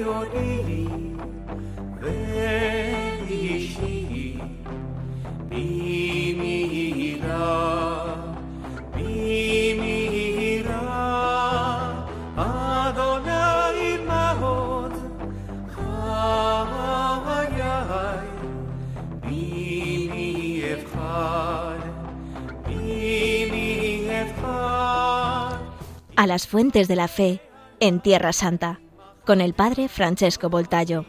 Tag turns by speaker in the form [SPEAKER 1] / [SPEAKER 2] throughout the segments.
[SPEAKER 1] יודעי ואישי במהירה אדוני מעוז חיי במי אבחר
[SPEAKER 2] A las fuentes de la fe en Tierra Santa, con el padre Francesco Voltaggio.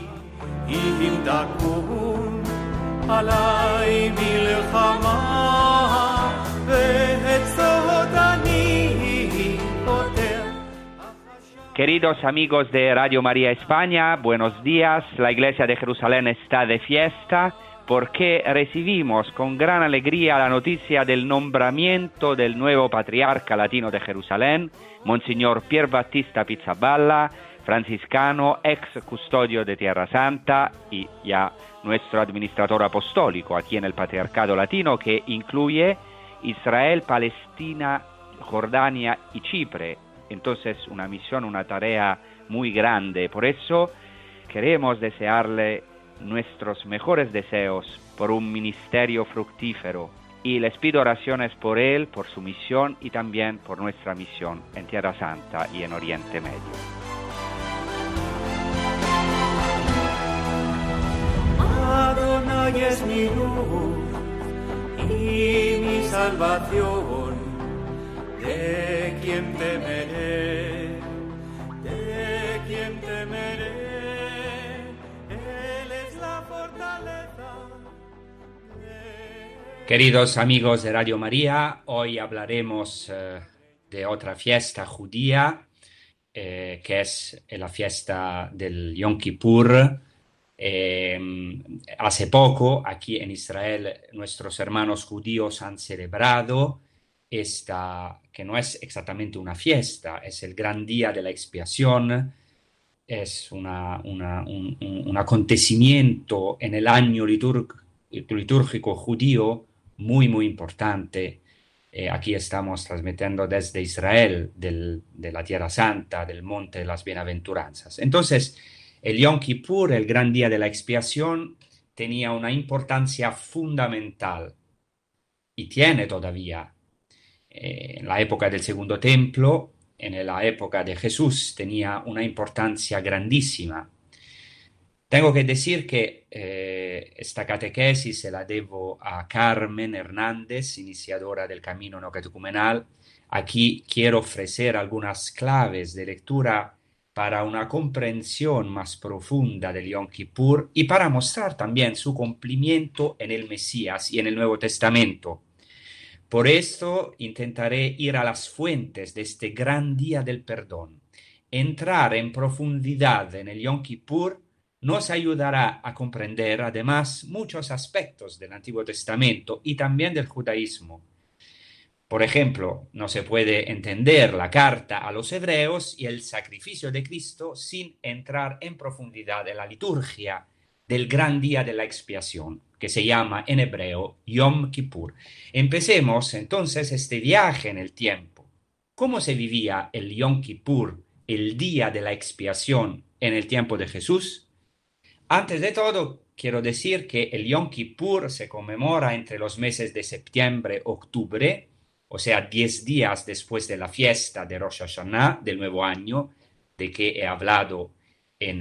[SPEAKER 3] Queridos amigos de Radio María España, buenos días. La Iglesia de Jerusalén está de fiesta porque recibimos con gran alegría la noticia del nombramiento del nuevo patriarca latino de Jerusalén, Monseñor Pier Battista Pizzaballa, franciscano, ex custodio de Tierra Santa y ya nuestro administrador apostólico aquí en el Patriarcado Latino, que incluye Israel, Palestina, Jordania y Chipre. Entonces, una misión, una tarea muy grande. Por eso queremos desearle nuestros mejores deseos por un ministerio fructífero y les pido oraciones por él, por su misión y también por nuestra misión en Tierra Santa y en Oriente Medio.
[SPEAKER 1] Adonai es mi luz y mi salvación, ¿de quién temeré? ¿De quién temeré?
[SPEAKER 4] Queridos amigos de Radio María, hoy hablaremos de otra fiesta judía, que es la fiesta del Yom Kippur. Hace poco, aquí en Israel, nuestros hermanos judíos han celebrado esta, que no es exactamente una fiesta, es el gran día de la expiación. Es un acontecimiento en el año litúrgico judío muy, muy importante. Aquí estamos transmitiendo desde Israel, de la Tierra Santa, del Monte de las Bienaventuranzas. Entonces, el Yom Kippur, el gran día de la expiación, tenía una importancia fundamental y tiene todavía. En la época del Segundo Templo, en la época de Jesús, tenía una importancia grandísima. Tengo que decir que esta catequesis se la debo a Carmen Hernández, iniciadora del Camino No Catecumenal. Aquí quiero ofrecer algunas claves de lectura para una comprensión más profunda del Yom Kippur y para mostrar también su cumplimiento en el Mesías y en el Nuevo Testamento. Por esto intentaré ir a las fuentes de este gran día del perdón. Entrar en profundidad en el Yom Kippur nos ayudará a comprender además muchos aspectos del Antiguo Testamento y también del judaísmo. Por ejemplo, no se puede entender la carta a los hebreos y el sacrificio de Cristo sin entrar en profundidad en la liturgia del gran día de la expiación, que se llama en hebreo Yom Kippur. Empecemos entonces este viaje en el tiempo. ¿Cómo se vivía el Yom Kippur, el día de la expiación, en el tiempo de Jesús? Antes de todo, quiero decir que el Yom Kippur se conmemora entre los meses de septiembre y octubre, o sea, 10 días después de la fiesta de Rosh Hashanah, del Nuevo Año, de que he hablado en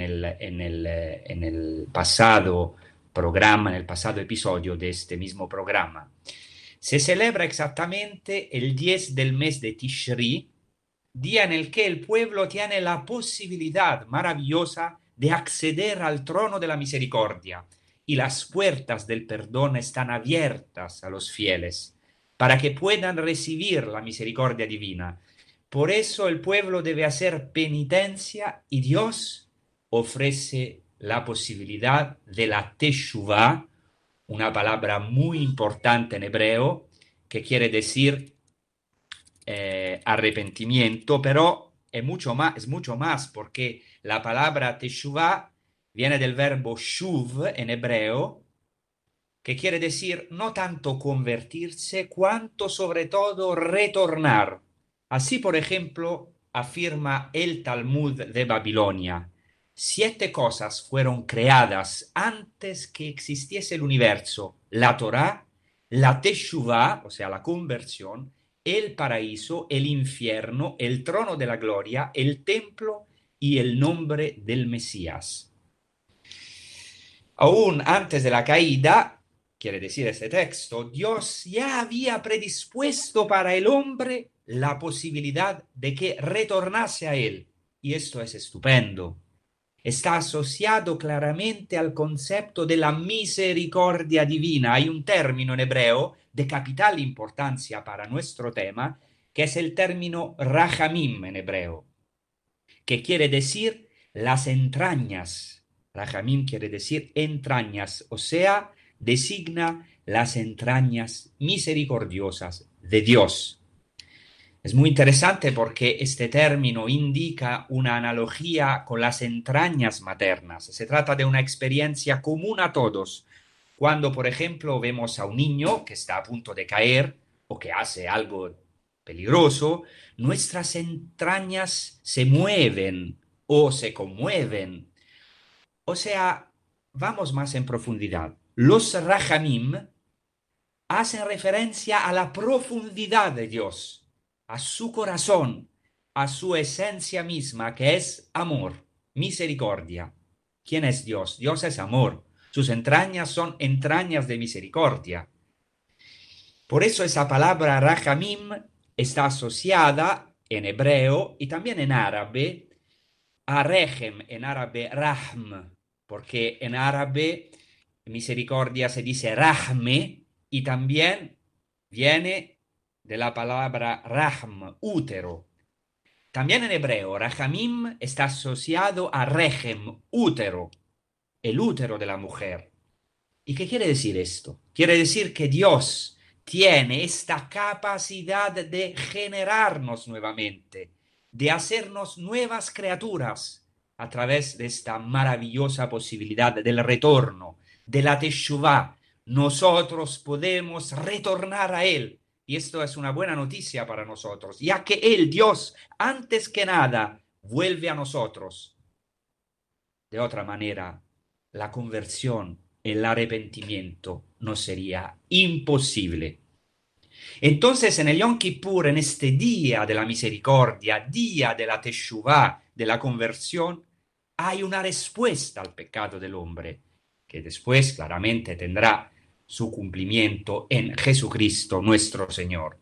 [SPEAKER 4] el pasado programa, en el pasado episodio de este mismo programa. Se celebra exactamente el 10 del mes de Tishri, día en el que el pueblo tiene la posibilidad maravillosa de acceder al trono de la misericordia y las puertas del perdón están abiertas a los fieles para que puedan recibir la misericordia divina. Por eso el pueblo debe hacer penitencia y Dios ofrece la posibilidad de la teshuvah, una palabra muy importante en hebreo que quiere decir arrepentimiento, pero es mucho más porque la palabra teshuvah viene del verbo shuv en hebreo, que quiere decir no tanto convertirse, cuanto sobre todo retornar. Así, por ejemplo, afirma el Talmud de Babilonia. 7 cosas fueron creadas antes que existiese el universo: la Torá, la Teshuvá, o sea, la conversión, el paraíso, el infierno, el trono de la gloria, el templo y el nombre del Mesías. Aún antes de la caída, quiere decir este texto, Dios ya había predispuesto para el hombre la posibilidad de que retornase a él. Y esto es estupendo. Está asociado claramente al concepto de la misericordia divina. Hay un término en hebreo de capital importancia para nuestro tema, que es el término rahamim en hebreo, que quiere decir las entrañas. Rahamim quiere decir entrañas, o sea, designa las entrañas misericordiosas de Dios. Es muy interesante porque este término indica una analogía con las entrañas maternas. Se trata de una experiencia común a todos. Cuando, por ejemplo, vemos a un niño que está a punto de caer o que hace algo peligroso, nuestras entrañas se mueven o se conmueven. O sea, vamos más en profundidad. Los rahamim hacen referencia a la profundidad de Dios, a su corazón, a su esencia misma, que es amor, misericordia. ¿Quién es Dios? Dios es amor. Sus entrañas son entrañas de misericordia. Por eso esa palabra rahamim está asociada en hebreo y también en árabe a rehem, en árabe rahm, porque en árabe misericordia se dice rahme y también viene de la palabra rahm, útero. También en hebreo, rahamim está asociado a rehem, útero, el útero de la mujer. ¿Y qué quiere decir esto? Quiere decir que Dios tiene esta capacidad de generarnos nuevamente, de hacernos nuevas criaturas a través de esta maravillosa posibilidad del retorno, de la Teshuvá. Nosotros podemos retornar a Él. Y esto es una buena noticia para nosotros, ya que Él, Dios, antes que nada, vuelve a nosotros. De otra manera, la conversión, el arrepentimiento, no sería imposible. Entonces, en el Yom Kippur, en este día de la misericordia, día de la Teshuvá, de la conversión, hay una respuesta al pecado del hombre, que después claramente tendrá su cumplimiento en Jesucristo nuestro Señor.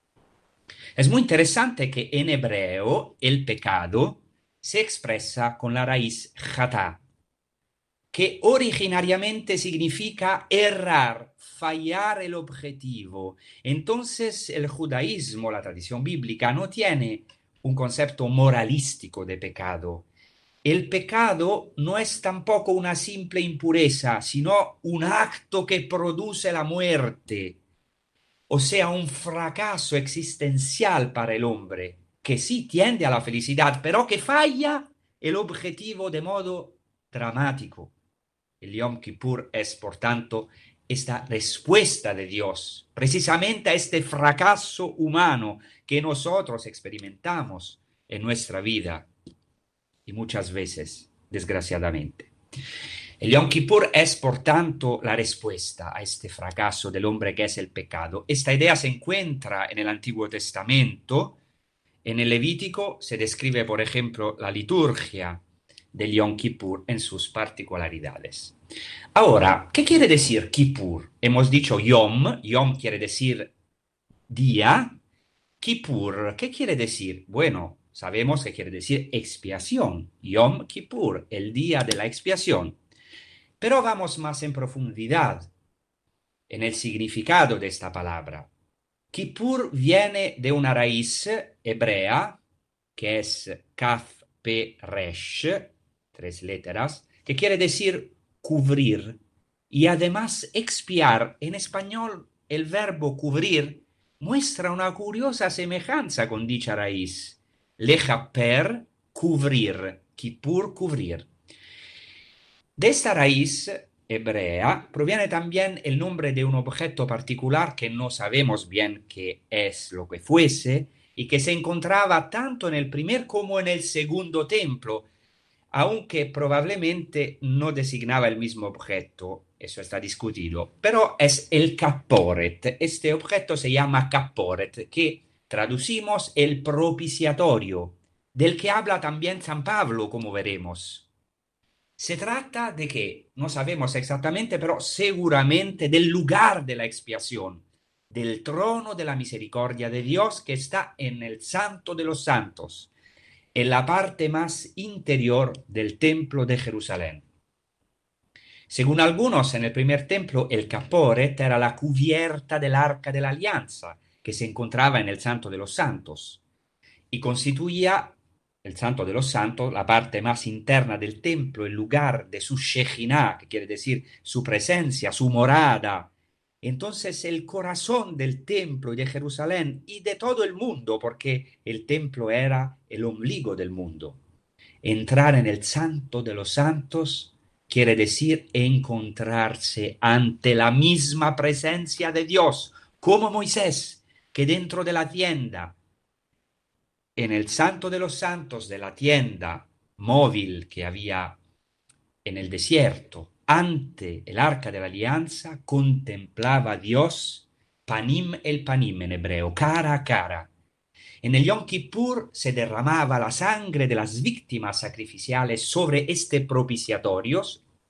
[SPEAKER 4] Es muy interesante que en hebreo el pecado se expresa con la raíz jatá, que originariamente significa errar, fallar el objetivo. Entonces el judaísmo, la tradición bíblica, no tiene un concepto moralístico de pecado. El pecado no es tampoco una simple impureza, sino un acto que produce la muerte, o sea, un fracaso existencial para el hombre, que sí tiende a la felicidad, pero que falla el objetivo de modo dramático. El Yom Kippur es, por tanto, esta respuesta de Dios, precisamente a este fracaso humano que nosotros experimentamos en nuestra vida. Y muchas veces, desgraciadamente. El Yom Kippur es, por tanto, la respuesta a este fracaso del hombre que es el pecado. Esta idea se encuentra en el Antiguo Testamento. En el Levítico se describe, por ejemplo, la liturgia del Yom Kippur en sus particularidades. Ahora, ¿qué quiere decir Kippur? Hemos dicho Yom. Yom quiere decir día. Kippur, ¿qué quiere decir? Bueno, sabemos que quiere decir expiación, Yom Kippur, el día de la expiación. Pero vamos más en profundidad en el significado de esta palabra. Kippur viene de una raíz hebrea, que es Kaf Pe Resh, 3 letras, que quiere decir cubrir, y además expiar. En español, el verbo cubrir muestra una curiosa semejanza con dicha raíz. Lechaper, cubrir, Kippur, cubrir. De esta raíz hebrea proviene también el nombre de un objeto particular que no sabemos bien qué es lo que fuese y que se encontraba tanto en el primer como en el segundo templo. aunque probablemente no designaba el mismo objeto, eso está discutido, pero es el caporet. Este objeto se llama caporet, que traducimos el propiciatorio, del que habla también San Pablo, como veremos. Se trata de que, no sabemos exactamente, pero seguramente del lugar de la expiación, del trono de la misericordia de Dios que está en el Santo de los Santos, en la parte más interior del templo de Jerusalén. Según algunos, en el primer templo, el caporet era la cubierta del arca de la alianza, que se encontraba en el Santo de los Santos, y constituía el Santo de los Santos la parte más interna del templo, el lugar de su Shejinah, que quiere decir su presencia, su morada. Entonces el corazón del templo y de Jerusalén y de todo el mundo, porque el templo era el ombligo del mundo. Entrar en el Santo de los Santos quiere decir encontrarse ante la misma presencia de Dios, como Moisés, que dentro de la tienda, en el Santo de los Santos de la tienda móvil que había en el desierto, ante el arca de la alianza, contemplaba a Dios, panim el panim en hebreo, cara a cara. En el Yom Kippur se derramaba la sangre de las víctimas sacrificiales sobre este propiciatorio,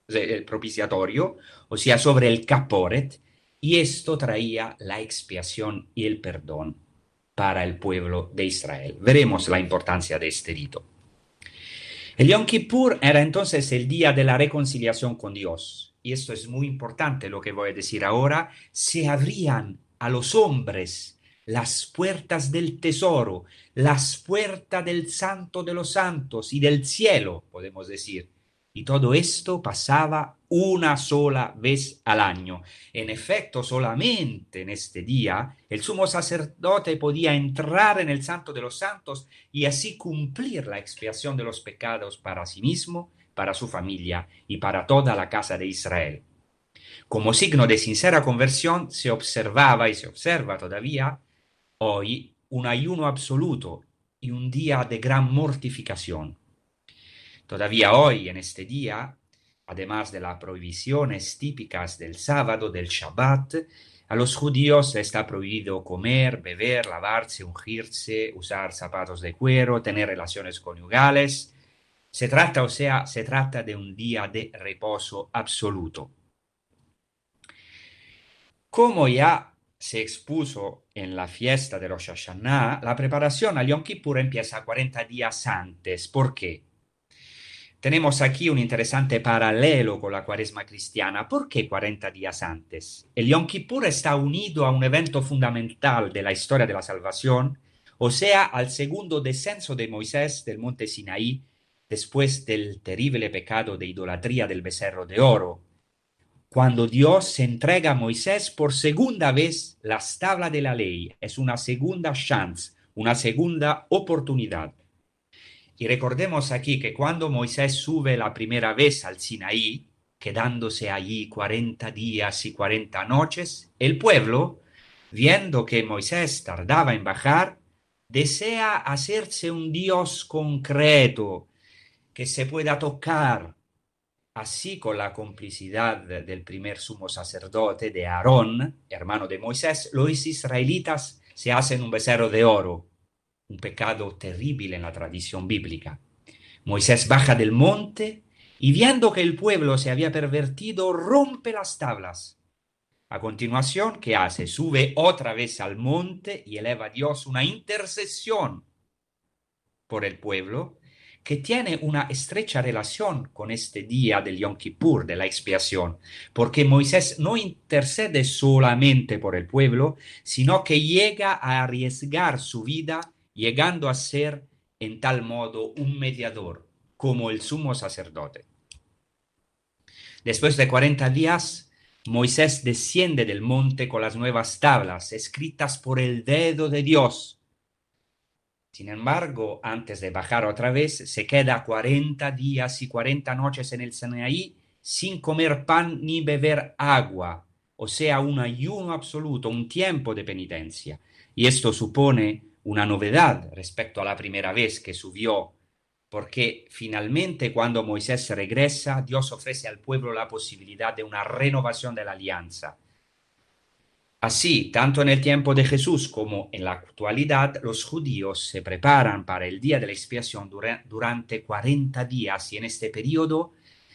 [SPEAKER 4] o sea, sobre el caporet, y esto traía la expiación y el perdón para el pueblo de Israel. Veremos la importancia de este rito. El Yom Kippur era entonces el día de la reconciliación con Dios. Y esto es muy importante lo que voy a decir ahora. Se abrían a los hombres las puertas del tesoro, las puertas del Santo de los Santos y del cielo, podemos decir. Y todo esto pasaba una sola vez al año. En efecto, solamente en este día el sumo sacerdote podía entrar en el Santo de los Santos y así cumplir la expiación de los pecados para sí mismo, para su familia y para toda la casa de Israel. Como signo de sincera conversión se observaba y se observa todavía hoy un ayuno absoluto y un día de gran mortificación. Todavía hoy, en este día, además de las prohibiciones típicas del sábado, del Shabbat, a los judíos les está prohibido comer, beber, lavarse, ungirse, usar zapatos de cuero, tener relaciones conyugales. Se trata de un día de reposo absoluto. Como ya se expuso en la fiesta de Rosh Hashanah, la preparación al Yom Kippur empieza 40 días antes. ¿Por qué? Tenemos aquí un interesante paralelo con la Cuaresma cristiana. ¿Por qué 40 días antes? El Yom Kippur está unido a un evento fundamental de la historia de la salvación, o sea, al segundo descenso de Moisés del monte Sinaí, después del terrible pecado de idolatría del becerro de oro, cuando Dios se entrega a Moisés por segunda vez las tablas de la ley. Es una segunda chance, una segunda oportunidad. Y recordemos aquí que cuando Moisés sube la primera vez al Sinaí, quedándose allí 40 días y 40 noches, el pueblo, viendo que Moisés tardaba en bajar, desea hacerse un Dios concreto, que se pueda tocar. Así, con la complicidad del primer sumo sacerdote, de Aarón, hermano de Moisés, los israelitas se hacen un becerro de oro, un pecado terrible en la tradición bíblica. Moisés baja del monte y, viendo que el pueblo se había pervertido, rompe las tablas. A continuación, ¿qué hace? Sube otra vez al monte y eleva a Dios una intercesión por el pueblo, que tiene una estrecha relación con este día del Yom Kippur, de la expiación, porque Moisés no intercede solamente por el pueblo, sino que llega a arriesgar su vida, llegando a ser en tal modo un mediador, como el sumo sacerdote. Después de 40 días, Moisés desciende del monte con las nuevas tablas, escritas por el dedo de Dios. Sin embargo, antes de bajar otra vez, se queda 40 días y 40 noches en el Sinaí sin comer pan ni beber agua, o sea, un ayuno absoluto, un tiempo de penitencia. Y esto supone una novedad respecto a la primera vez que subió porque finalmente cuando Moisés regresa, Dios ofrece al pueblo la posibilidad de una renovación de la alianza. Así, tanto en el tiempo de Jesús como en la actualidad, los judíos se preparan para el día de la expiación durante 40 días y en este periodo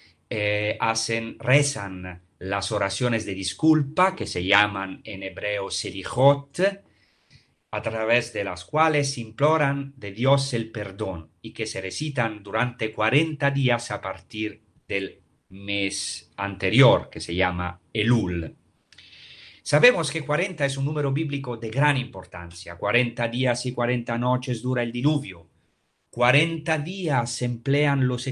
[SPEAKER 4] rezan las oraciones de disculpa que se llaman en hebreo selichot, a través de las cuales imploran de Dios el perdón y que se recitan durante 40 días a partir del mes anterior, que se llama Elul. Sabemos que 40 es un número bíblico de gran importancia. 40 días y 40 noches dura el diluvio. 40 días emplean los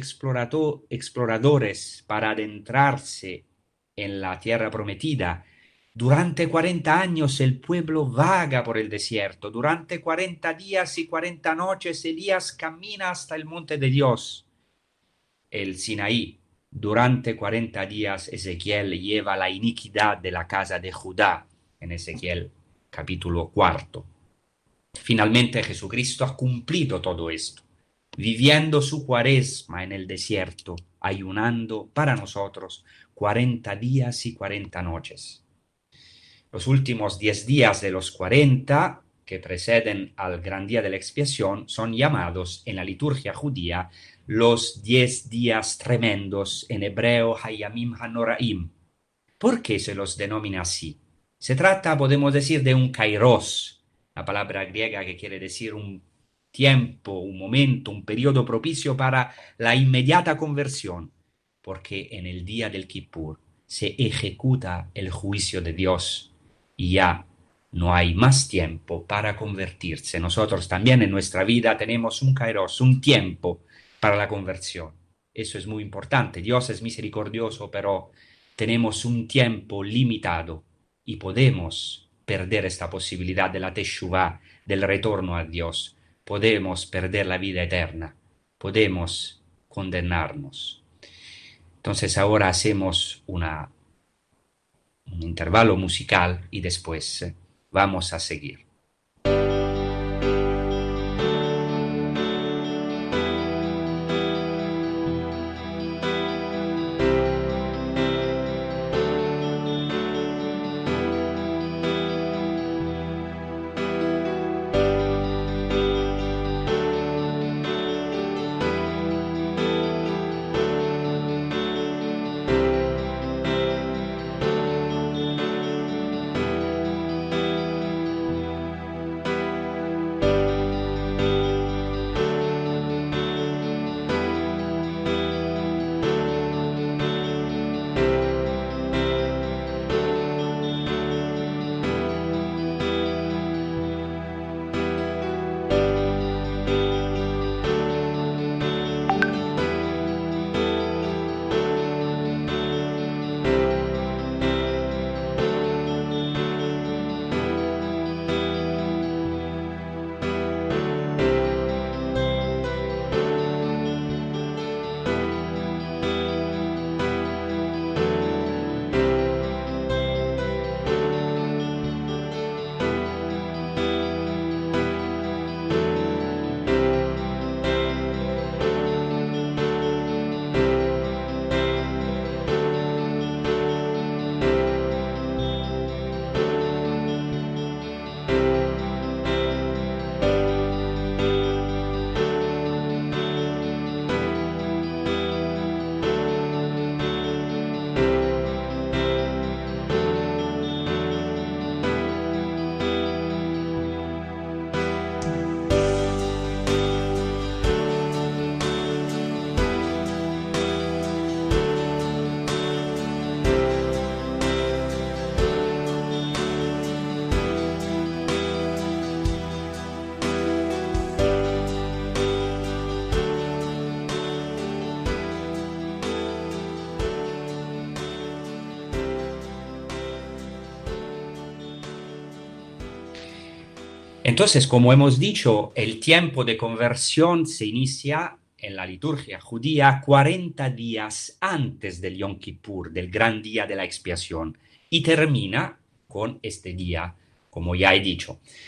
[SPEAKER 4] exploradores para adentrarse en la tierra prometida. Durante 40 años el pueblo vaga por el desierto. Durante 40 días y 40 noches Elías camina hasta el monte de Dios, el Sinaí. Durante 40 días Ezequiel lleva la iniquidad de la casa de Judá, en Ezequiel capítulo 4. Finalmente Jesucristo ha cumplido todo esto, viviendo su cuaresma en el desierto, ayunando para nosotros 40 días y 40 noches. Los últimos 10 días de los 40 que preceden al gran día de la expiación son llamados en la liturgia judía los 10 días tremendos, en hebreo Hayamim Hanoraim. ¿Por qué se los denomina así? Se trata, podemos decir, de un kairos, la palabra griega que quiere decir un tiempo, un momento, un periodo propicio para la inmediata conversión, porque en el día del Kippur se ejecuta el juicio de Dios y ya no hay más tiempo para convertirse. Nosotros también en nuestra vida tenemos un kairos, un tiempo para la conversión. Eso es muy importante. Dios es misericordioso, pero tenemos un tiempo limitado y podemos perder esta posibilidad de la teshuvá, del retorno a Dios. Podemos perder la vida eterna. Podemos condenarnos. Entonces ahora hacemos un intervalo musical y después vamos a seguir. Entonces, como hemos dicho, el tiempo de conversión se inicia en la liturgia judía 40 días antes del Yom Kippur, del gran día de la expiación, y termina con este día, como ya he dicho.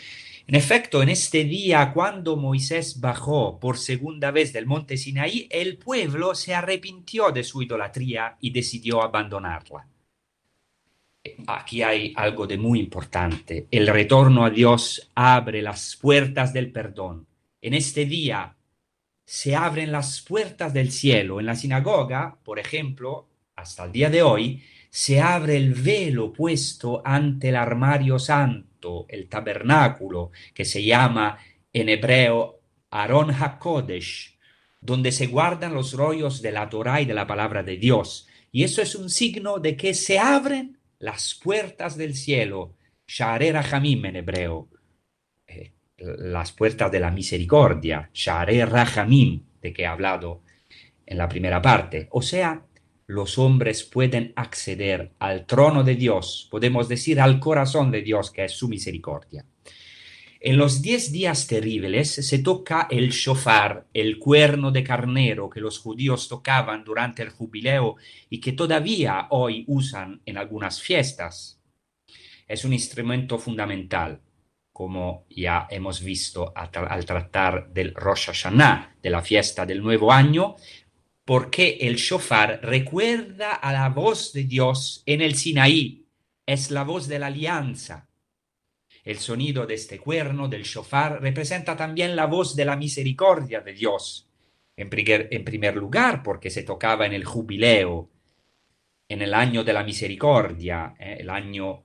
[SPEAKER 4] En efecto, en este día, cuando Moisés bajó por segunda vez del monte Sinaí, el pueblo se arrepintió de su idolatría y decidió abandonarla. Aquí hay algo de muy importante. El retorno a Dios abre las puertas del perdón. En este día se abren las puertas del cielo. En la sinagoga, por ejemplo, hasta el día de hoy, se abre el velo puesto ante el armario santo, el tabernáculo, que se llama en hebreo Aron HaKodesh, donde se guardan los rollos de la Torá y de la palabra de Dios. Y eso es un signo de que se abren las puertas del cielo, Sha'arei Rachamim en hebreo, las puertas de la misericordia, Sha'arei Rachamim, de que he hablado en la primera parte. O sea, los hombres pueden acceder al trono de Dios, podemos decir al corazón de Dios, que es su misericordia. En los 10 días terribles se toca el shofar, el cuerno de carnero que los judíos tocaban durante el jubileo y que todavía hoy usan en algunas fiestas. Es un instrumento fundamental, como ya hemos visto al tratar del Rosh Hashanah, de la fiesta del Nuevo Año, porque el shofar recuerda a la voz de Dios en el Sinaí, es la voz de la alianza. El sonido de este cuerno, del shofar, representa también la voz de la misericordia de Dios. En primer lugar, porque se tocaba en el jubileo, en el año de la misericordia, el año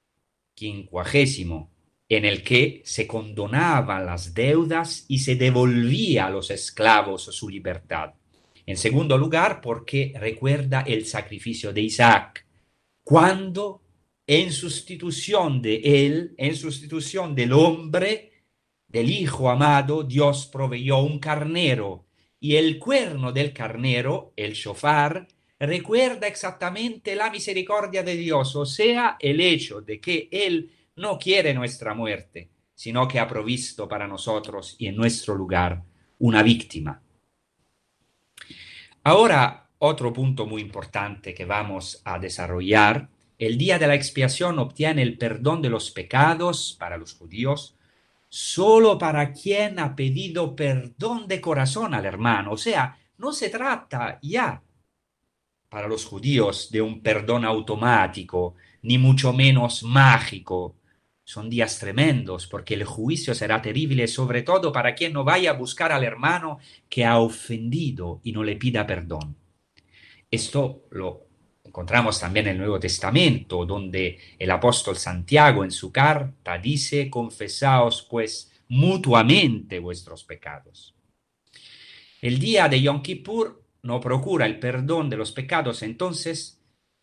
[SPEAKER 4] 50, en el que se condonaban las deudas y se devolvía a los esclavos su libertad. En segundo lugar, porque recuerda el sacrificio de Isaac, cuando en sustitución de él, en sustitución del hombre, del hijo amado, Dios proveyó un carnero, y el cuerno del carnero, el shofar, recuerda exactamente la misericordia de Dios, o sea, el hecho de que él no quiere nuestra muerte, sino que ha provisto para nosotros y en nuestro lugar una víctima. Ahora, otro punto muy importante que vamos a desarrollar. El día de la expiación obtiene el perdón de los pecados para los judíos solo para quien ha pedido perdón de corazón al hermano. O sea, no se trata ya para los judíos de un perdón automático, ni mucho menos mágico. Son días tremendos porque el juicio será terrible, sobre todo para quien no vaya a buscar al hermano que ha ofendido y no le pida perdón. Esto lo encontramos también en el Nuevo Testamento, donde el apóstol Santiago en su carta dice: confesaos pues mutuamente vuestros pecados. El día de Yom Kippur no procura el perdón de los pecados, entonces,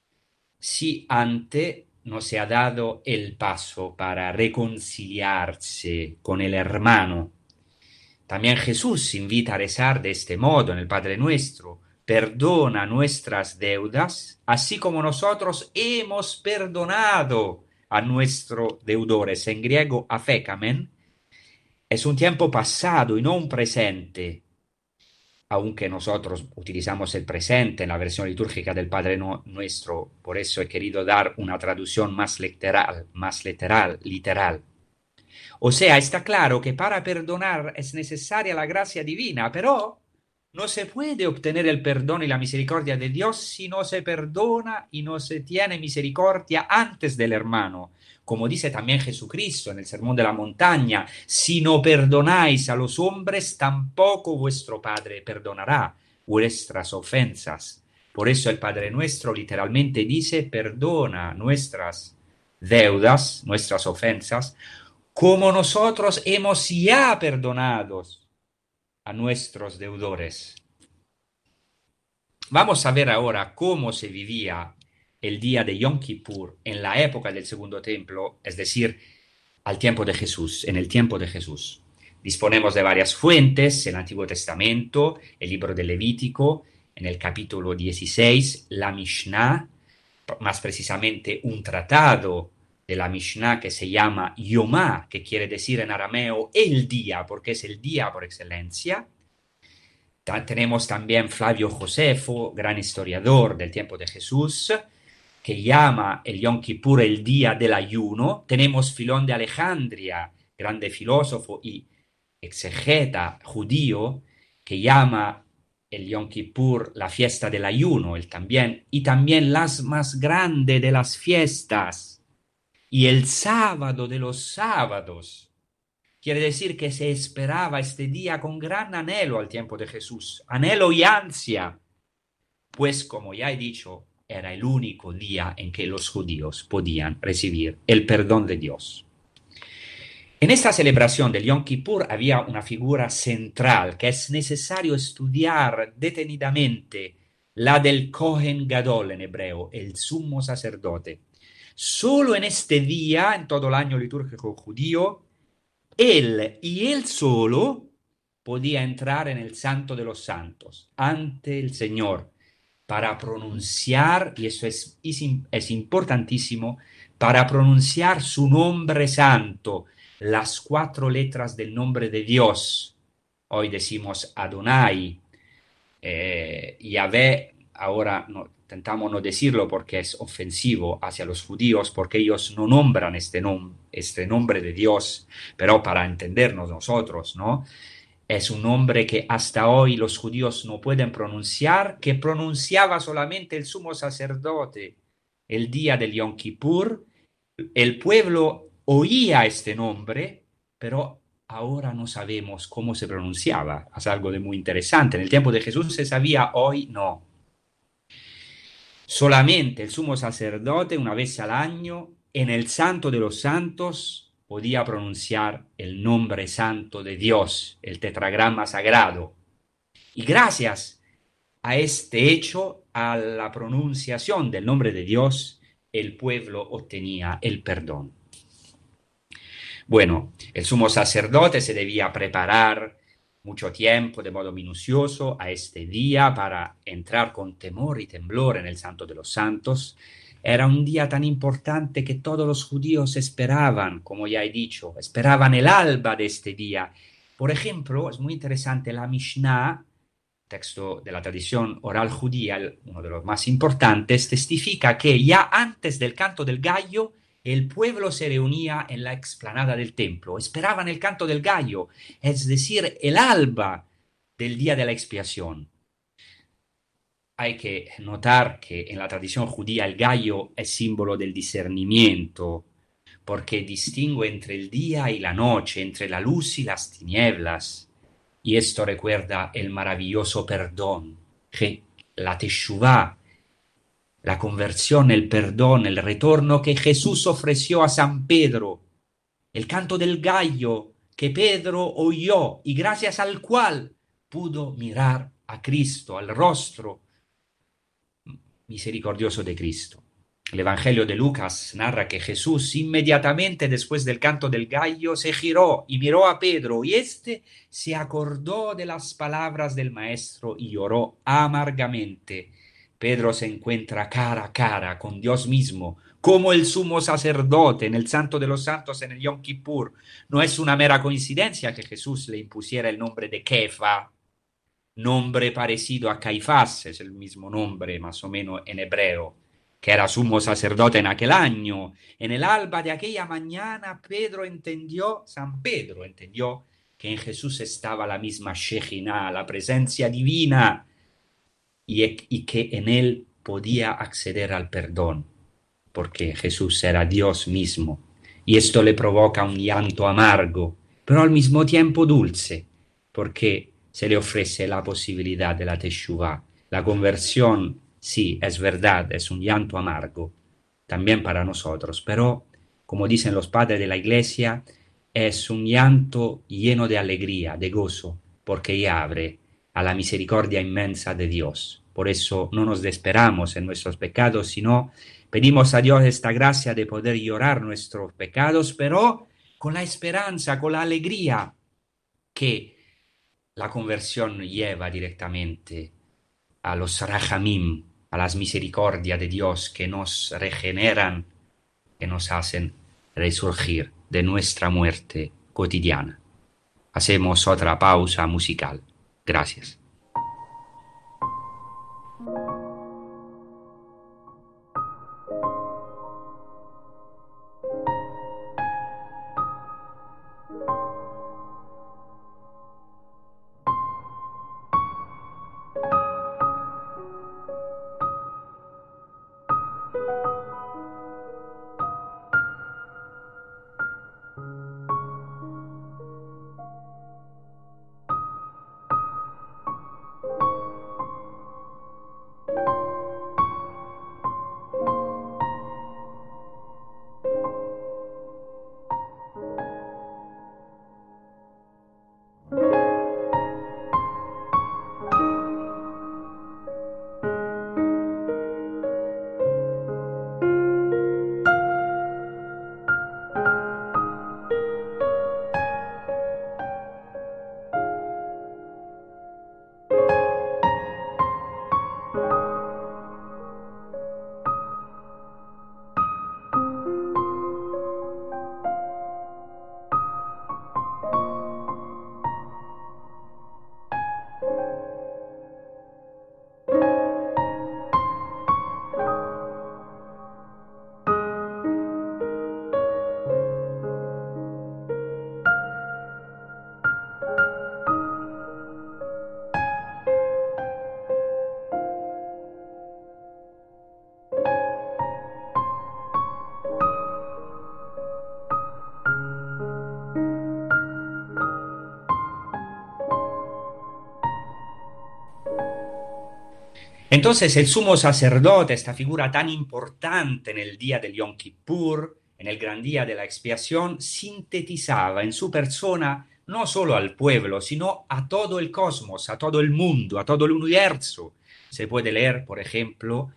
[SPEAKER 4] si antes no se ha dado el paso para reconciliarse con el hermano. También Jesús invita a rezar de este modo en el Padre Nuestro: perdona nuestras deudas, así como nosotros hemos perdonado a nuestros deudores. En griego, afekamen, es un tiempo pasado y no un presente, aunque nosotros utilizamos el presente en la versión litúrgica del Padre Nuestro. Por eso he querido dar una traducción más literal. O sea, está claro que para perdonar es necesaria la gracia divina, pero no se puede obtener el perdón y la misericordia de Dios si no se perdona y no se tiene misericordia antes del hermano. Como dice también Jesucristo en el Sermón de la Montaña: si no perdonáis a los hombres, tampoco vuestro Padre perdonará vuestras ofensas. Por eso el Padre Nuestro literalmente dice: perdona nuestras deudas, nuestras ofensas, como nosotros hemos ya perdonado a nuestros deudores. Vamos a ver ahora cómo se vivía el día de Yom Kippur en la época del Segundo Templo, es decir, al tiempo de Jesús, en el tiempo de Jesús. Disponemos de varias fuentes: el Antiguo Testamento, el libro de Levítico, en el capítulo 16, la Mishnah, más precisamente un tratado de la Mishnah que se llama Yomá, que quiere decir en arameo el día, porque es el día por excelencia. Tenemos también Flavio Josefo, gran historiador del tiempo de Jesús, que llama el Yom Kippur el día del ayuno. Tenemos Filón de Alejandría, grande filósofo y exegeta judío, que llama el Yom Kippur la fiesta del ayuno, y también las más grande de las fiestas, y el sábado de los sábados. Quiere decir que se esperaba este día con gran anhelo al tiempo de Jesús, anhelo y ansia, pues como ya he dicho, era el único día en que los judíos podían recibir el perdón de Dios. En esta celebración del Yom Kippur había una figura central que es necesario estudiar detenidamente, la del Kohen Gadol en hebreo, el sumo sacerdote. Solo en este día, en todo el año litúrgico judío, él y él solo podía entrar en el Santo de los Santos, ante el Señor, para pronunciar, y eso es importantísimo, para pronunciar su nombre santo, las 4 letras del nombre de Dios. Hoy decimos Adonai, Yahvé, ahora no, intentamos no decirlo porque es ofensivo hacia los judíos, porque ellos no nombran este nombre de Dios, pero para entendernos nosotros, ¿no? Es un nombre que hasta hoy los judíos no pueden pronunciar, que pronunciaba solamente el sumo sacerdote el día del Yom Kippur. El pueblo oía este nombre, pero ahora no sabemos cómo se pronunciaba. Es algo de muy interesante. En el tiempo de Jesús se sabía, hoy no. Solamente el sumo sacerdote, una vez al año, en el Santo de los Santos, podía pronunciar el nombre santo de Dios, el tetragrama sagrado. Y gracias a este hecho, a la pronunciación del nombre de Dios, el pueblo obtenía el perdón. Bueno, el sumo sacerdote se debía preparar mucho tiempo, de modo minucioso, a este día para entrar con temor y temblor en el Santo de los Santos. Era un día tan importante que todos los judíos esperaban, como ya he dicho, esperaban el alba de este día. Por ejemplo, es muy interesante, la Mishnah, texto de la tradición oral judía, uno de los más importantes, testifica que ya antes del canto del gallo, el pueblo se reunía en la explanada del templo, esperaban el canto del gallo, es decir, el alba del día de la expiación. Hay que notar que en la tradición judía el gallo es símbolo del discernimiento, porque distingue entre el día y la noche, entre la luz y las tinieblas. Y esto recuerda el maravilloso perdón, que la teshuvá, la conversión, el perdón, el retorno que Jesús ofreció a San Pedro, el canto del gallo que Pedro oyó y gracias al cual pudo mirar a Cristo, al rostro misericordioso de Cristo. El Evangelio de Lucas narra que Jesús inmediatamente después del canto del gallo se giró y miró a Pedro y éste se acordó de las palabras del Maestro y lloró amargamente. Pedro se encuentra cara a cara con Dios mismo, como el sumo sacerdote en el Santo de los Santos en el Yom Kippur. No es una mera coincidencia que Jesús le impusiera el nombre de Kefa, nombre parecido a Caifás, es el mismo nombre más o menos en hebreo, que era sumo sacerdote en aquel año. En el alba de aquella mañana, San Pedro entendió que en Jesús estaba la misma Shejinah, la presencia divina, y que en él podía acceder al perdón, porque Jesús era Dios mismo. Y esto le provoca un llanto amargo, pero al mismo tiempo dulce, porque se le ofrece la posibilidad de la teshuvá. La conversión, sí, es verdad, es un llanto amargo, también para nosotros, pero, como dicen los padres de la Iglesia, es un llanto lleno de alegría, de gozo, porque ya abre a la misericordia inmensa de Dios. Por eso no nos desesperamos en nuestros pecados, sino pedimos a Dios esta gracia de poder llorar nuestros pecados, pero con la esperanza, con la alegría que la conversión lleva directamente a los rajamim, a las misericordias de Dios que nos regeneran, que nos hacen resurgir de nuestra muerte cotidiana. Hacemos otra pausa musical. Gracias. Entonces el sumo sacerdote, esta figura tan importante en el día del Yom Kippur, en el gran día de la expiación, sintetizaba en su persona no solo al pueblo, sino a todo el cosmos, a todo el mundo, a todo el universo. Se puede leer, por ejemplo,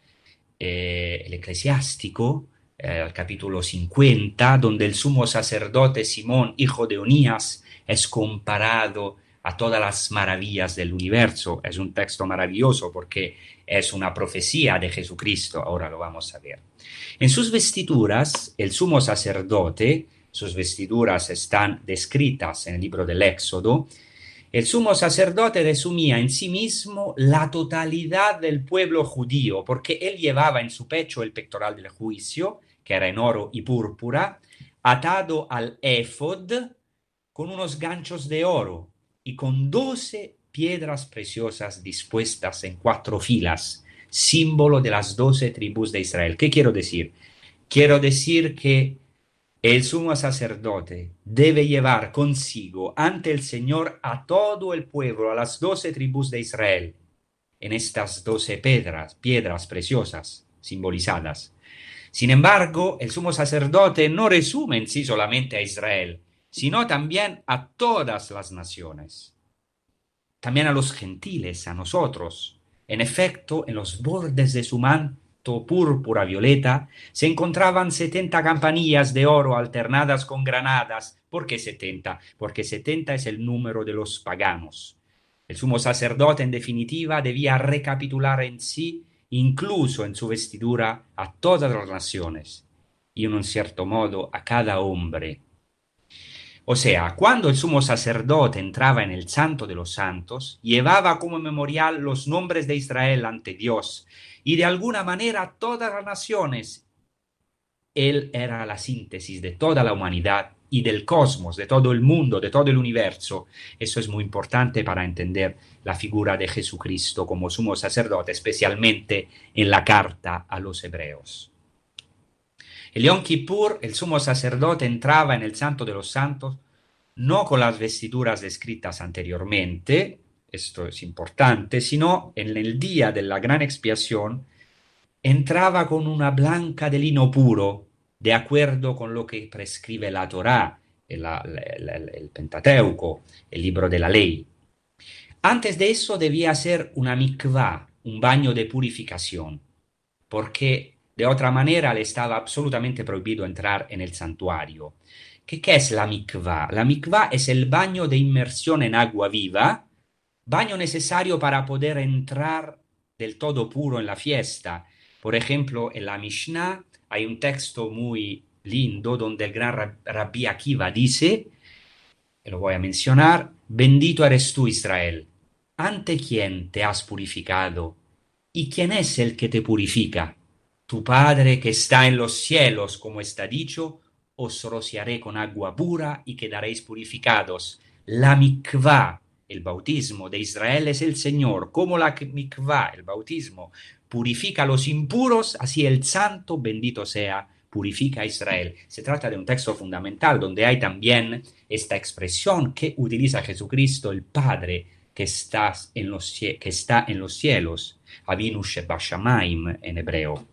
[SPEAKER 4] el Eclesiástico, el capítulo 50, donde el sumo sacerdote Simón, hijo de Onías, es comparado a todas las maravillas del universo. Es un texto maravilloso porque es una profecía de Jesucristo, ahora lo vamos a ver. En sus vestiduras, el sumo sacerdote, sus vestiduras están descritas en el libro del Éxodo, el sumo sacerdote resumía en sí mismo la totalidad del pueblo judío, porque él llevaba en su pecho el pectoral del juicio, que era en oro y púrpura, atado al éfod con unos ganchos de oro y con 12 piedras preciosas dispuestas en 4 filas, símbolo de las 12 tribus de Israel. ¿Qué quiero decir? Quiero decir que el sumo sacerdote debe llevar consigo ante el Señor a todo el pueblo, a las 12 tribus de Israel, en estas 12 piedras preciosas simbolizadas. Sin embargo, el sumo sacerdote no resume en sí solamente a Israel, sino también a todas las naciones, también a los gentiles, a nosotros. En efecto, en los bordes de su manto púrpura violeta se encontraban 70 campanillas de oro alternadas con granadas. ¿Por qué 70? Porque 70 es el número de los paganos. El sumo sacerdote, en definitiva, debía recapitular en sí, incluso en su vestidura, a todas las naciones y, en un cierto modo, a cada hombre. O sea, cuando el sumo sacerdote entraba en el Santo de los Santos, llevaba como memorial los nombres de Israel ante Dios y de alguna manera todas las naciones. Él era la síntesis de toda la humanidad y del cosmos, de todo el mundo, de todo el universo. Eso es muy importante para entender la figura de Jesucristo como sumo sacerdote, especialmente en la carta a los hebreos. El Yom Kippur, el sumo sacerdote entraba en el Santo de los Santos no con las vestiduras descritas anteriormente, esto es importante, sino en el día de la gran expiación entraba con una blanca de lino puro, de acuerdo con lo que prescribe la Torá, el Pentateuco, el libro de la ley. Antes de eso debía hacer una mikvah, un baño de purificación, porque de otra manera le estaba absolutamente prohibido entrar en el santuario. ¿Qué es la mikvah? La mikvah es el baño de inmersión en agua viva, baño necesario para poder entrar del todo puro en la fiesta. Por ejemplo, en la Mishnah hay un texto muy lindo donde el gran Rabbi Akiva dice, y lo voy a mencionar: bendito eres tú, Israel, ¿ante quién te has purificado? ¿Y quién es el que te purifica? Tu Padre que está en los cielos, como está dicho, os rociaré con agua pura y quedaréis purificados. La mikvah, el bautismo de Israel, es el Señor. Como la mikvah, el bautismo, purifica a los impuros, así el santo, bendito sea, purifica a Israel. Se trata de un texto fundamental donde hay también esta expresión que utiliza Jesucristo, el Padre que está en los cielos. Avinu Shebashamaim en hebreo.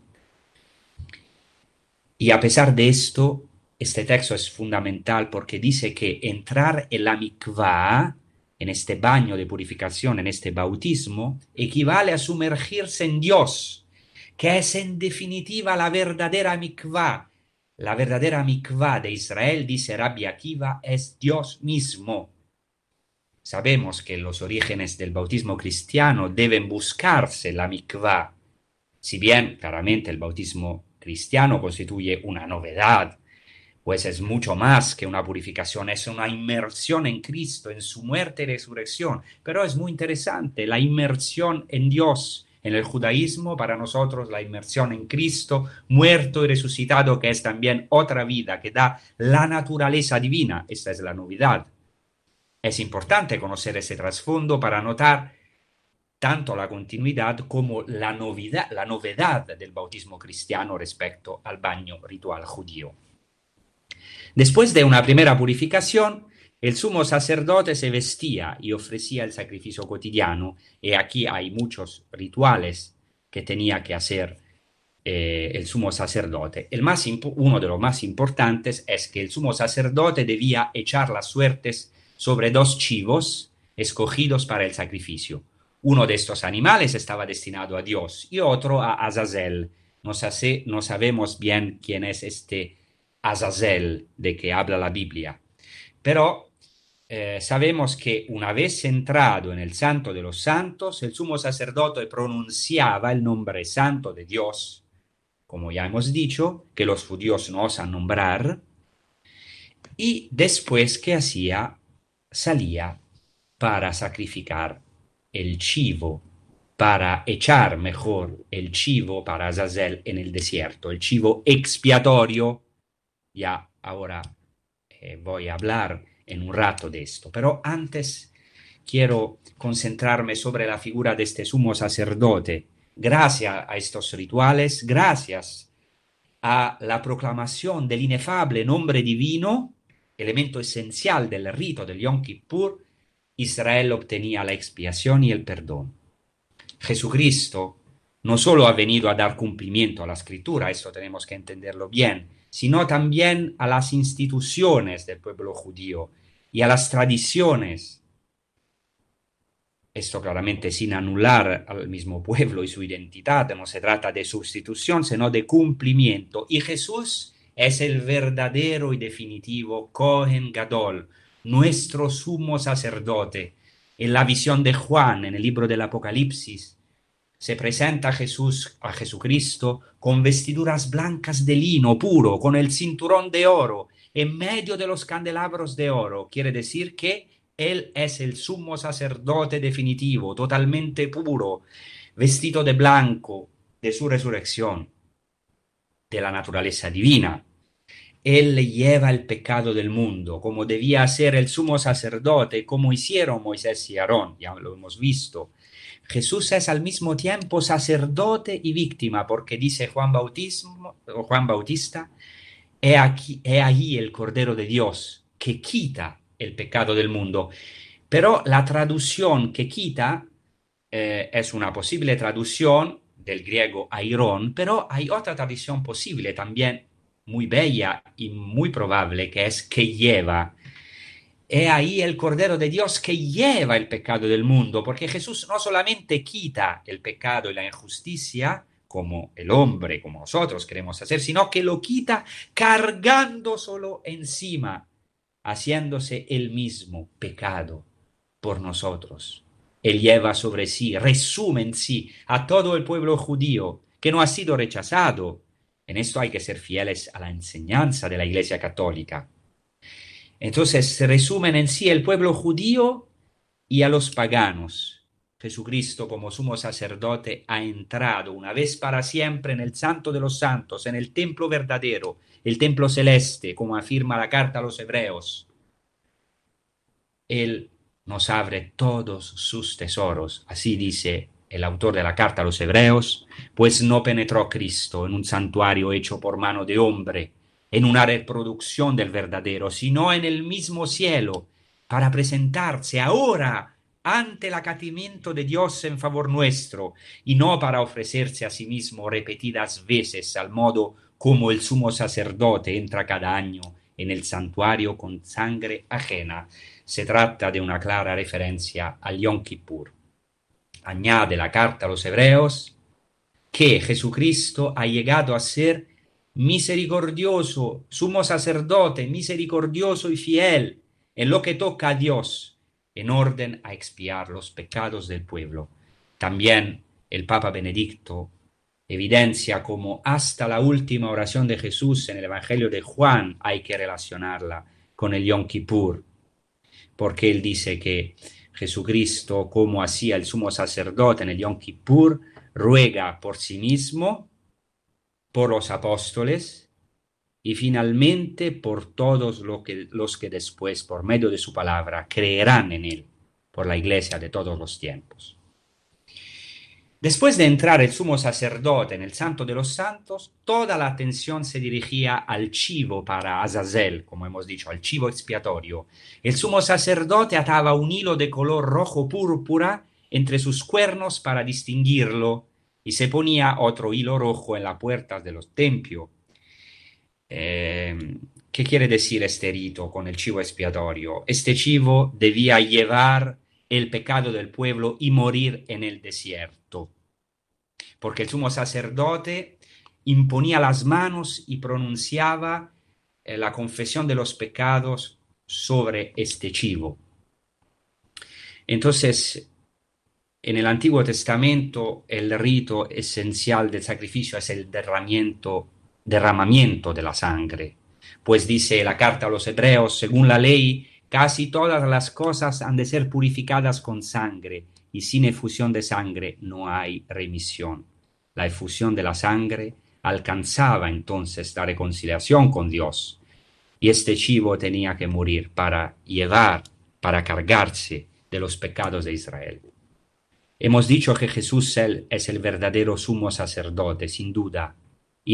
[SPEAKER 4] Y a pesar de esto, este texto es fundamental porque dice que entrar en la mikvah, en este baño de purificación, en este bautismo, equivale a sumergirse en Dios, que es en definitiva la verdadera mikvah. La verdadera mikvah de Israel, dice Rabbi Akiva, es Dios mismo. Sabemos que los orígenes del bautismo cristiano deben buscarse la mikvah, si bien claramente el bautismo cristiano constituye una novedad, pues es mucho más que una purificación, es una inmersión en Cristo, en su muerte y resurrección. Pero es muy interesante la inmersión en Dios. En el judaísmo, para nosotros, la inmersión en Cristo, muerto y resucitado, que es también otra vida, que da la naturaleza divina. Esta es la novedad. Es importante conocer ese trasfondo para notar tanto la continuidad como la novedad del bautismo cristiano respecto al baño ritual judío. Después de una primera purificación, el sumo sacerdote se vestía y ofrecía el sacrificio cotidiano, y aquí hay muchos rituales que tenía que hacer el sumo sacerdote. Uno de los más importantes es que el sumo sacerdote debía echar las suertes sobre 2 chivos escogidos para el sacrificio. Uno de estos animales estaba destinado a Dios y otro a Azazel. No sabemos bien quién es este Azazel de que habla la Biblia, pero sabemos que una vez entrado en el Santo de los Santos, el sumo sacerdote pronunciaba el nombre santo de Dios, como ya hemos dicho, que los judíos no osan nombrar, y después, ¿qué hacía? Salía para sacrificar el chivo, para echar mejor el chivo para Azazel en el desierto, el chivo expiatorio. Ya ahora voy a hablar en un rato de esto, pero antes quiero concentrarme sobre la figura de este sumo sacerdote. Gracias a estos rituales, gracias a la proclamación del inefable nombre divino, elemento esencial del rito del Yom Kippur, Israel obtenía la expiación y el perdón. Jesucristo no solo ha venido a dar cumplimiento a la Escritura, esto tenemos que entenderlo bien, sino también a las instituciones del pueblo judío y a las tradiciones. Esto claramente sin anular al mismo pueblo y su identidad, no se trata de sustitución, sino de cumplimiento. Y Jesús es el verdadero y definitivo Kohen Gadol, nuestro sumo sacerdote. En la visión de Juan, en el libro del Apocalipsis, se presenta a Jesucristo con vestiduras blancas de lino puro, con el cinturón de oro, en medio de los candelabros de oro. Quiere decir que Él es el sumo sacerdote definitivo, totalmente puro, vestido de blanco, de su resurrección, de la naturaleza divina. Él lleva el pecado del mundo, como debía hacer el sumo sacerdote, como hicieron Moisés y Aarón, ya lo hemos visto. Jesús es al mismo tiempo sacerdote y víctima, porque dice Juan Bautista, he ahí el Cordero de Dios, que quita el pecado del mundo. Pero la traducción que quita es una posible traducción del griego airón, pero hay otra traducción posible también muy bella y muy probable, que es que lleva. He ahí el Cordero de Dios que lleva el pecado del mundo, porque Jesús no solamente quita el pecado y la injusticia, como el hombre, como nosotros queremos hacer, sino que lo quita cargando solo encima, haciéndose el mismo pecado por nosotros. Él lleva sobre sí, resume en sí a todo el pueblo judío que no ha sido rechazado. En esto hay que ser fieles a la enseñanza de la Iglesia Católica. Entonces se resumen en sí el pueblo judío y a los paganos. Jesucristo como sumo sacerdote ha entrado una vez para siempre en el Santo de los Santos, en el templo verdadero, el templo celeste, como afirma la carta a los Hebreos. Él nos abre todos sus tesoros, así dice el autor de la carta a los Hebreos, pues no penetró Cristo en un santuario hecho por mano de hombre, en una reproducción del verdadero, sino en el mismo cielo, para presentarse ahora ante el acatamiento de Dios en favor nuestro, y no para ofrecerse a sí mismo repetidas veces, al modo como el sumo sacerdote entra cada año en el santuario con sangre ajena. Se trata de una clara referencia al Yom Kippur. Añade la carta a los hebreos que Jesucristo ha llegado a ser misericordioso, sumo sacerdote, misericordioso y fiel en lo que toca a Dios, en orden a expiar los pecados del pueblo. También el Papa Benedicto evidencia cómo hasta la última oración de Jesús en el Evangelio de Juan hay que relacionarla con el Yom Kippur, porque él dice que Jesucristo, como hacía el sumo sacerdote en el Yom Kippur, ruega por sí mismo, por los apóstoles y finalmente por todos los que después, por medio de su palabra, creerán en él, por la iglesia de todos los tiempos. Después de entrar el sumo sacerdote en el Santo de los Santos, toda la atención se dirigía al chivo para Azazel, como hemos dicho, al chivo expiatorio. El sumo sacerdote ataba un hilo de color rojo púrpura entre sus cuernos para distinguirlo, y se ponía otro hilo rojo en las puertas de los templos. ¿Qué quiere decir este rito con el chivo expiatorio? Este chivo debía llevar el pecado del pueblo y morir en el desierto, porque el sumo sacerdote imponía las manos y pronunciaba la confesión de los pecados sobre este chivo. Entonces, en el Antiguo Testamento, el rito esencial del sacrificio es el derramamiento de la sangre, pues dice la carta a los hebreos, según la ley, casi todas las cosas han de ser purificadas con sangre, y sin efusión de sangre no hay remisión. La efusión de la sangre alcanzaba entonces la reconciliación con Dios, y este chivo tenía que morir para cargarse de los pecados de Israel. Hemos dicho que Jesús es el verdadero sumo sacerdote, sin duda, y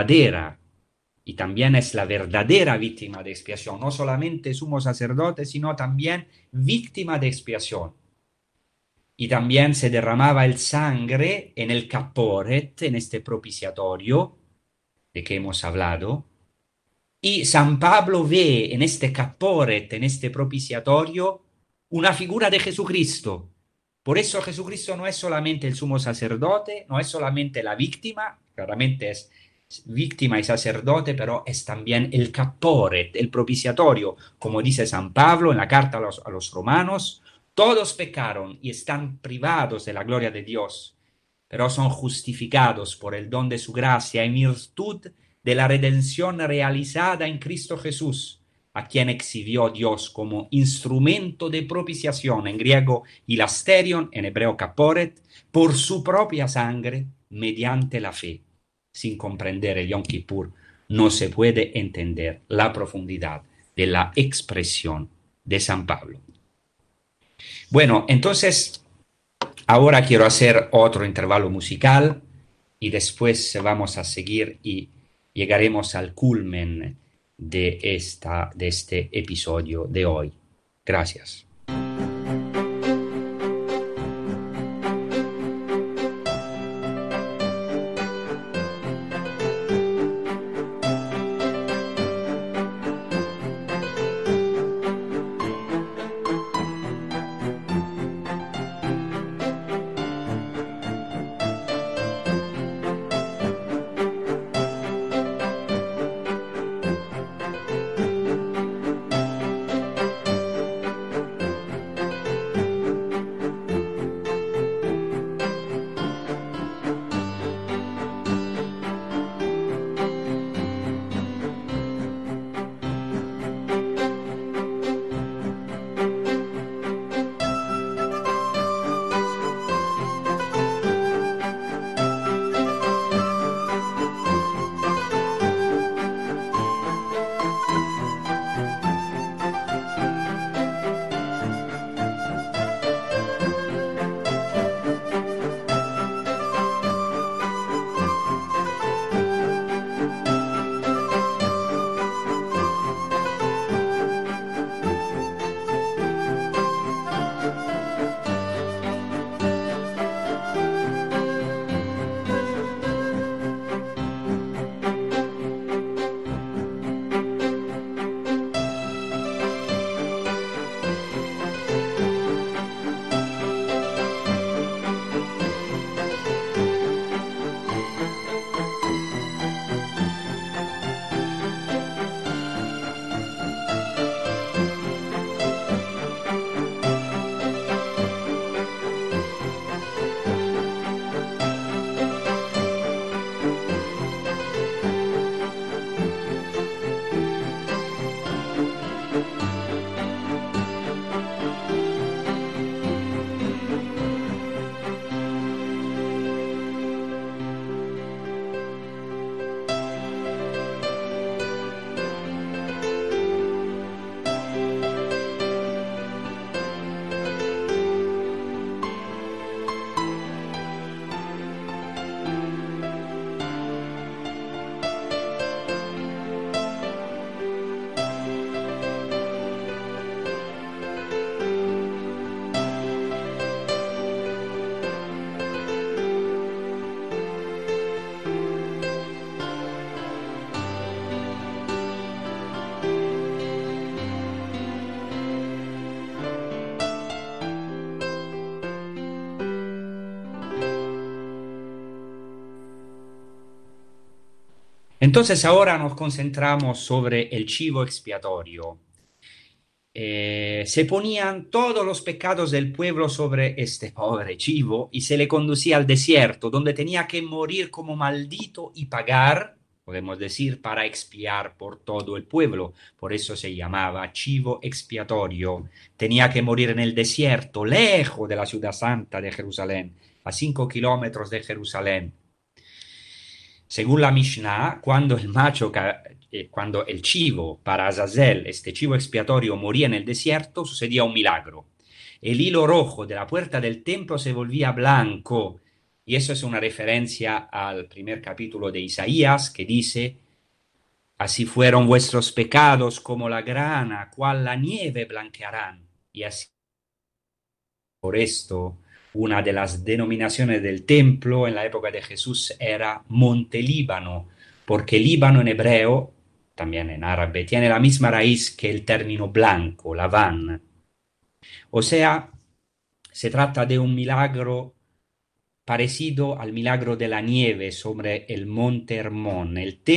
[SPEAKER 4] también es la verdadera víctima de expiación, no solamente sumo sacerdote, sino también víctima de expiación. Y también se derramaba el sangre en el caporet, en este propiciatorio de que hemos hablado, y San Pablo ve en este caporet, en este propiciatorio, una figura de Jesucristo. Por eso Jesucristo no es solamente el sumo sacerdote, no es solamente la víctima, claramente es víctima y sacerdote, pero es también el caporet, el propiciatorio. Como dice San Pablo en la carta a los romanos, todos pecaron y están privados de la gloria de Dios, pero son justificados por el don de su gracia en virtud de la redención realizada en Cristo Jesús, a quien exhibió Dios como instrumento de propiciación, en griego hilasterion, en hebreo caporet, por su propia sangre, mediante la fe. Sin comprender el Yom Kippur, no se puede entender la profundidad de la expresión de San Pablo. Bueno, entonces, ahora quiero hacer otro intervalo musical y después vamos a seguir y llegaremos al culmen de este episodio de hoy. Gracias. Entonces ahora nos concentramos sobre el chivo expiatorio. Se ponían todos los pecados del pueblo sobre este pobre chivo y se le conducía al desierto, donde tenía que morir como maldito y pagar, podemos decir, para expiar por todo el pueblo. Por eso se llamaba chivo expiatorio. Tenía que morir en el desierto, lejos de la ciudad santa de Jerusalén, a 5 kilómetros de Jerusalén. Según la Mishnah, cuando el chivo para Azazel, este chivo expiatorio, moría en el desierto, sucedía un milagro. El hilo rojo de la puerta del templo se volvía blanco. Y eso es una referencia al primer capítulo de Isaías, que dice: así fueron vuestros pecados como la grana, cual la nieve blanquearán. Y así, por esto, una de las denominaciones del templo en la época de Jesús era Monte Líbano, porque Líbano en hebreo, también en árabe, tiene la misma raíz que el término blanco, Laván. O sea, se trata de un milagro parecido al milagro de la nieve sobre el monte Hermón.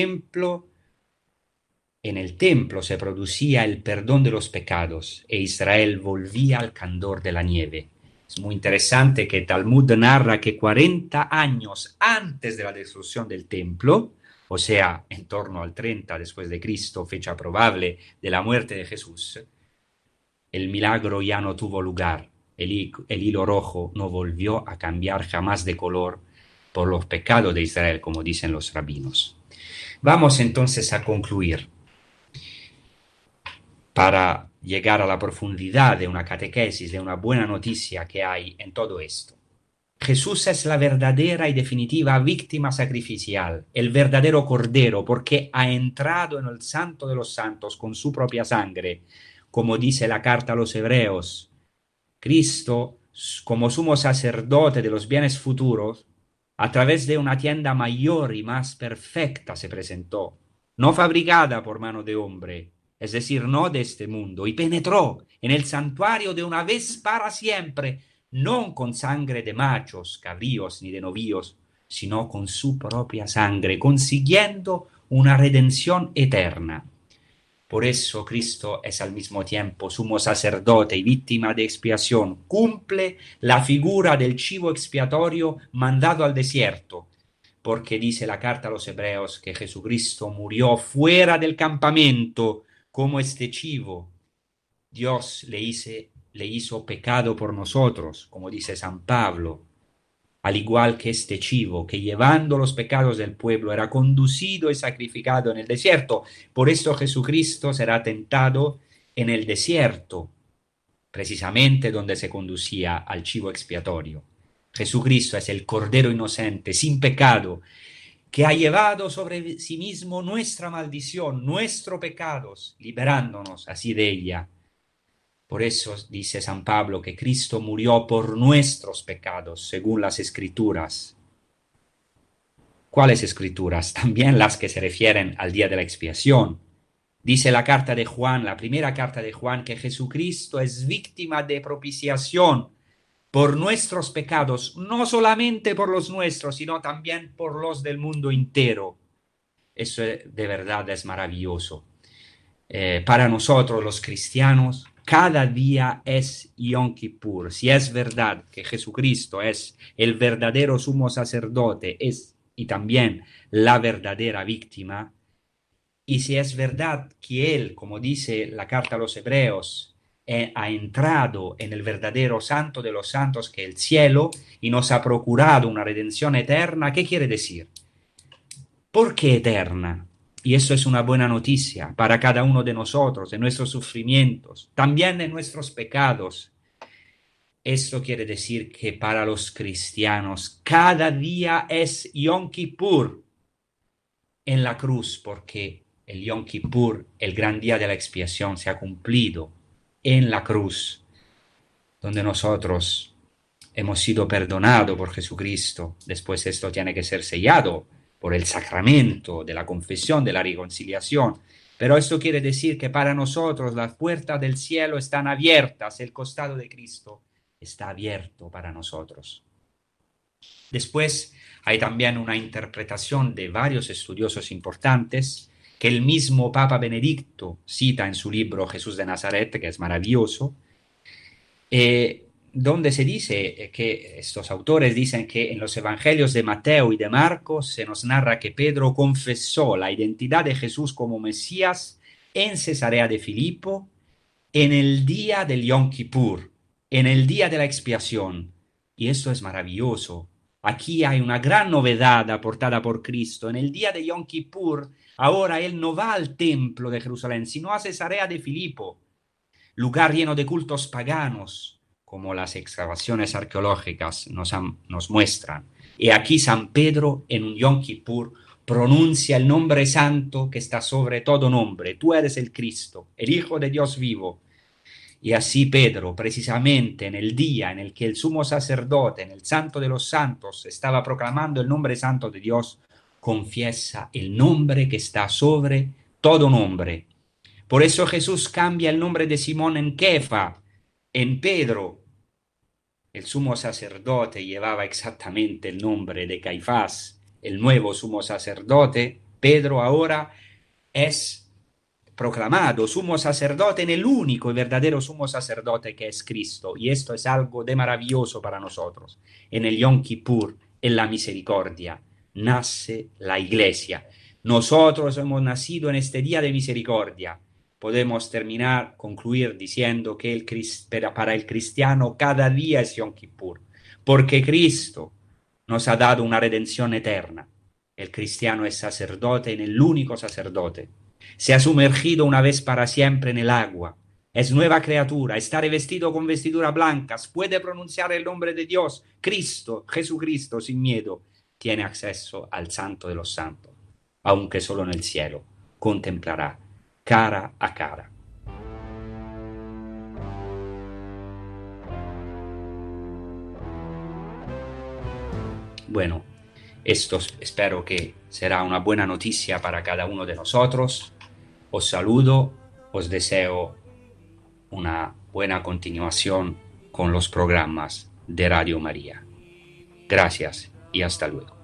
[SPEAKER 4] En el templo se producía el perdón de los pecados e Israel volvía al candor de la nieve. Es muy interesante que Talmud narra que 40 años antes de la destrucción del templo, o sea, en torno al 30 después de Cristo, fecha probable de la muerte de Jesús, el milagro ya no tuvo lugar. El hilo rojo no volvió a cambiar jamás de color por los pecados de Israel, como dicen los rabinos. Vamos entonces a concluir. Para llegar a la profundidad de una catequesis, de una buena noticia que hay en todo esto. Jesús es la verdadera y definitiva víctima sacrificial, el verdadero cordero, porque ha entrado en el santo de los santos con su propia sangre, como dice la carta a los hebreos. Cristo, como sumo sacerdote de los bienes futuros, a través de una tienda mayor y más perfecta se presentó, no fabricada por mano de hombre, es decir, no de este mundo, y penetró en el santuario de una vez para siempre, no con sangre de machos, cabríos ni de novillos, sino con su propia sangre, consiguiendo una redención eterna. Por eso Cristo es al mismo tiempo sumo sacerdote y víctima de expiación. Cumple la figura del chivo expiatorio mandado al desierto, porque dice la carta a los hebreos que Jesucristo murió fuera del campamento como este chivo. Dios le hizo pecado por nosotros, como dice San Pablo, al igual que este chivo, que llevando los pecados del pueblo era conducido y sacrificado en el desierto. Por esto Jesucristo será tentado en el desierto, precisamente donde se conducía al chivo expiatorio. Jesucristo es el Cordero inocente, sin pecado, que ha llevado sobre sí mismo nuestra maldición, nuestros pecados, liberándonos así de ella. Por eso dice San Pablo que Cristo murió por nuestros pecados, según las Escrituras. ¿Cuáles Escrituras? También las que se refieren al día de la expiación. Dice la carta de Juan, la primera carta de Juan, que Jesucristo es víctima de propiciación por nuestros pecados, no solamente por los nuestros, sino también por los del mundo entero. Eso de verdad es maravilloso. Para nosotros los cristianos, cada día es Yom Kippur. Si es verdad que Jesucristo es el verdadero sumo sacerdote y también la verdadera víctima, y si es verdad que Él, como dice la carta a los hebreos, ha entrado en el verdadero santo de los santos, que es el cielo, y nos ha procurado una redención eterna, ¿qué quiere decir? ¿Por qué eterna? Y eso es una buena noticia para cada uno de nosotros, de nuestros sufrimientos, también de nuestros pecados. Esto quiere decir que para los cristianos cada día es Yom Kippur en la cruz, porque el Yom Kippur, el gran día de la expiación, se ha cumplido en la cruz, donde nosotros hemos sido perdonados por Jesucristo. Después esto tiene que ser sellado por el sacramento de la confesión, de la reconciliación. Pero esto quiere decir que para nosotros las puertas del cielo están abiertas, el costado de Cristo está abierto para nosotros. Después hay también una interpretación de varios estudiosos importantes que el mismo Papa Benedicto cita en su libro Jesús de Nazaret, que es maravilloso, donde se dice que estos autores dicen que en los evangelios de Mateo y de Marcos se nos narra que Pedro confesó la identidad de Jesús como Mesías en Cesarea de Filipo en el día del Yom Kippur, en el día de la expiación. Y esto es maravilloso. Aquí hay una gran novedad aportada por Cristo. En el día de Yom Kippur, ahora Él no va al templo de Jerusalén, sino a Cesarea de Filipo, lugar lleno de cultos paganos, como las excavaciones arqueológicas nos muestran. Y aquí San Pedro, en un Yom Kippur, pronuncia el nombre santo que está sobre todo nombre. Tú eres el Cristo, el Hijo de Dios vivo. Y así Pedro, precisamente en el día en el que el sumo sacerdote, en el Santo de los Santos, estaba proclamando el nombre santo de Dios, confiesa el nombre que está sobre todo nombre. Por eso Jesús cambia el nombre de Simón en Kefa, en Pedro. El sumo sacerdote llevaba exactamente el nombre de Caifás, el nuevo sumo sacerdote. Pedro ahora es proclamado sumo sacerdote en el único y verdadero sumo sacerdote que es Cristo. Y esto es algo de maravilloso para nosotros. En el Yom Kippur, en la misericordia, nace la Iglesia. Nosotros hemos nacido en este día de misericordia. Podemos concluir diciendo que para el cristiano cada día es Yom Kippur, porque Cristo nos ha dado una redención eterna. El cristiano es sacerdote en el único sacerdote. Se ha sumergido una vez para siempre en el agua. Es nueva criatura, está revestido con vestiduras blancas, puede pronunciar el nombre de Dios, Cristo, Jesucristo, sin miedo. Tiene acceso al Santo de los Santos, aunque solo en el cielo. Contemplará cara a cara. Bueno, esto espero que será una buena noticia para cada uno de nosotros. Os saludo, os deseo una buena continuación con los programas de Radio María. Gracias y hasta luego.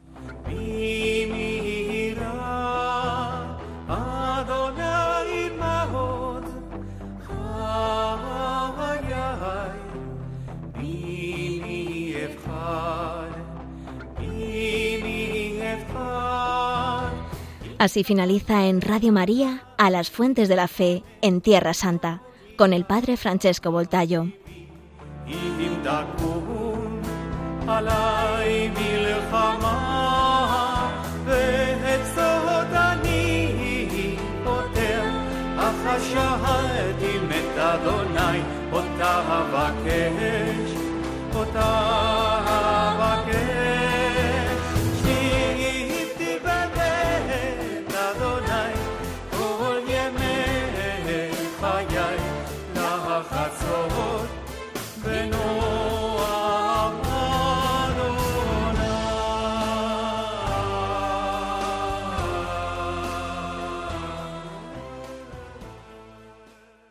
[SPEAKER 2] Así finaliza en Radio María A las Fuentes de la Fe en Tierra Santa, con el Padre Francesco Boltayo.
[SPEAKER 1] אותה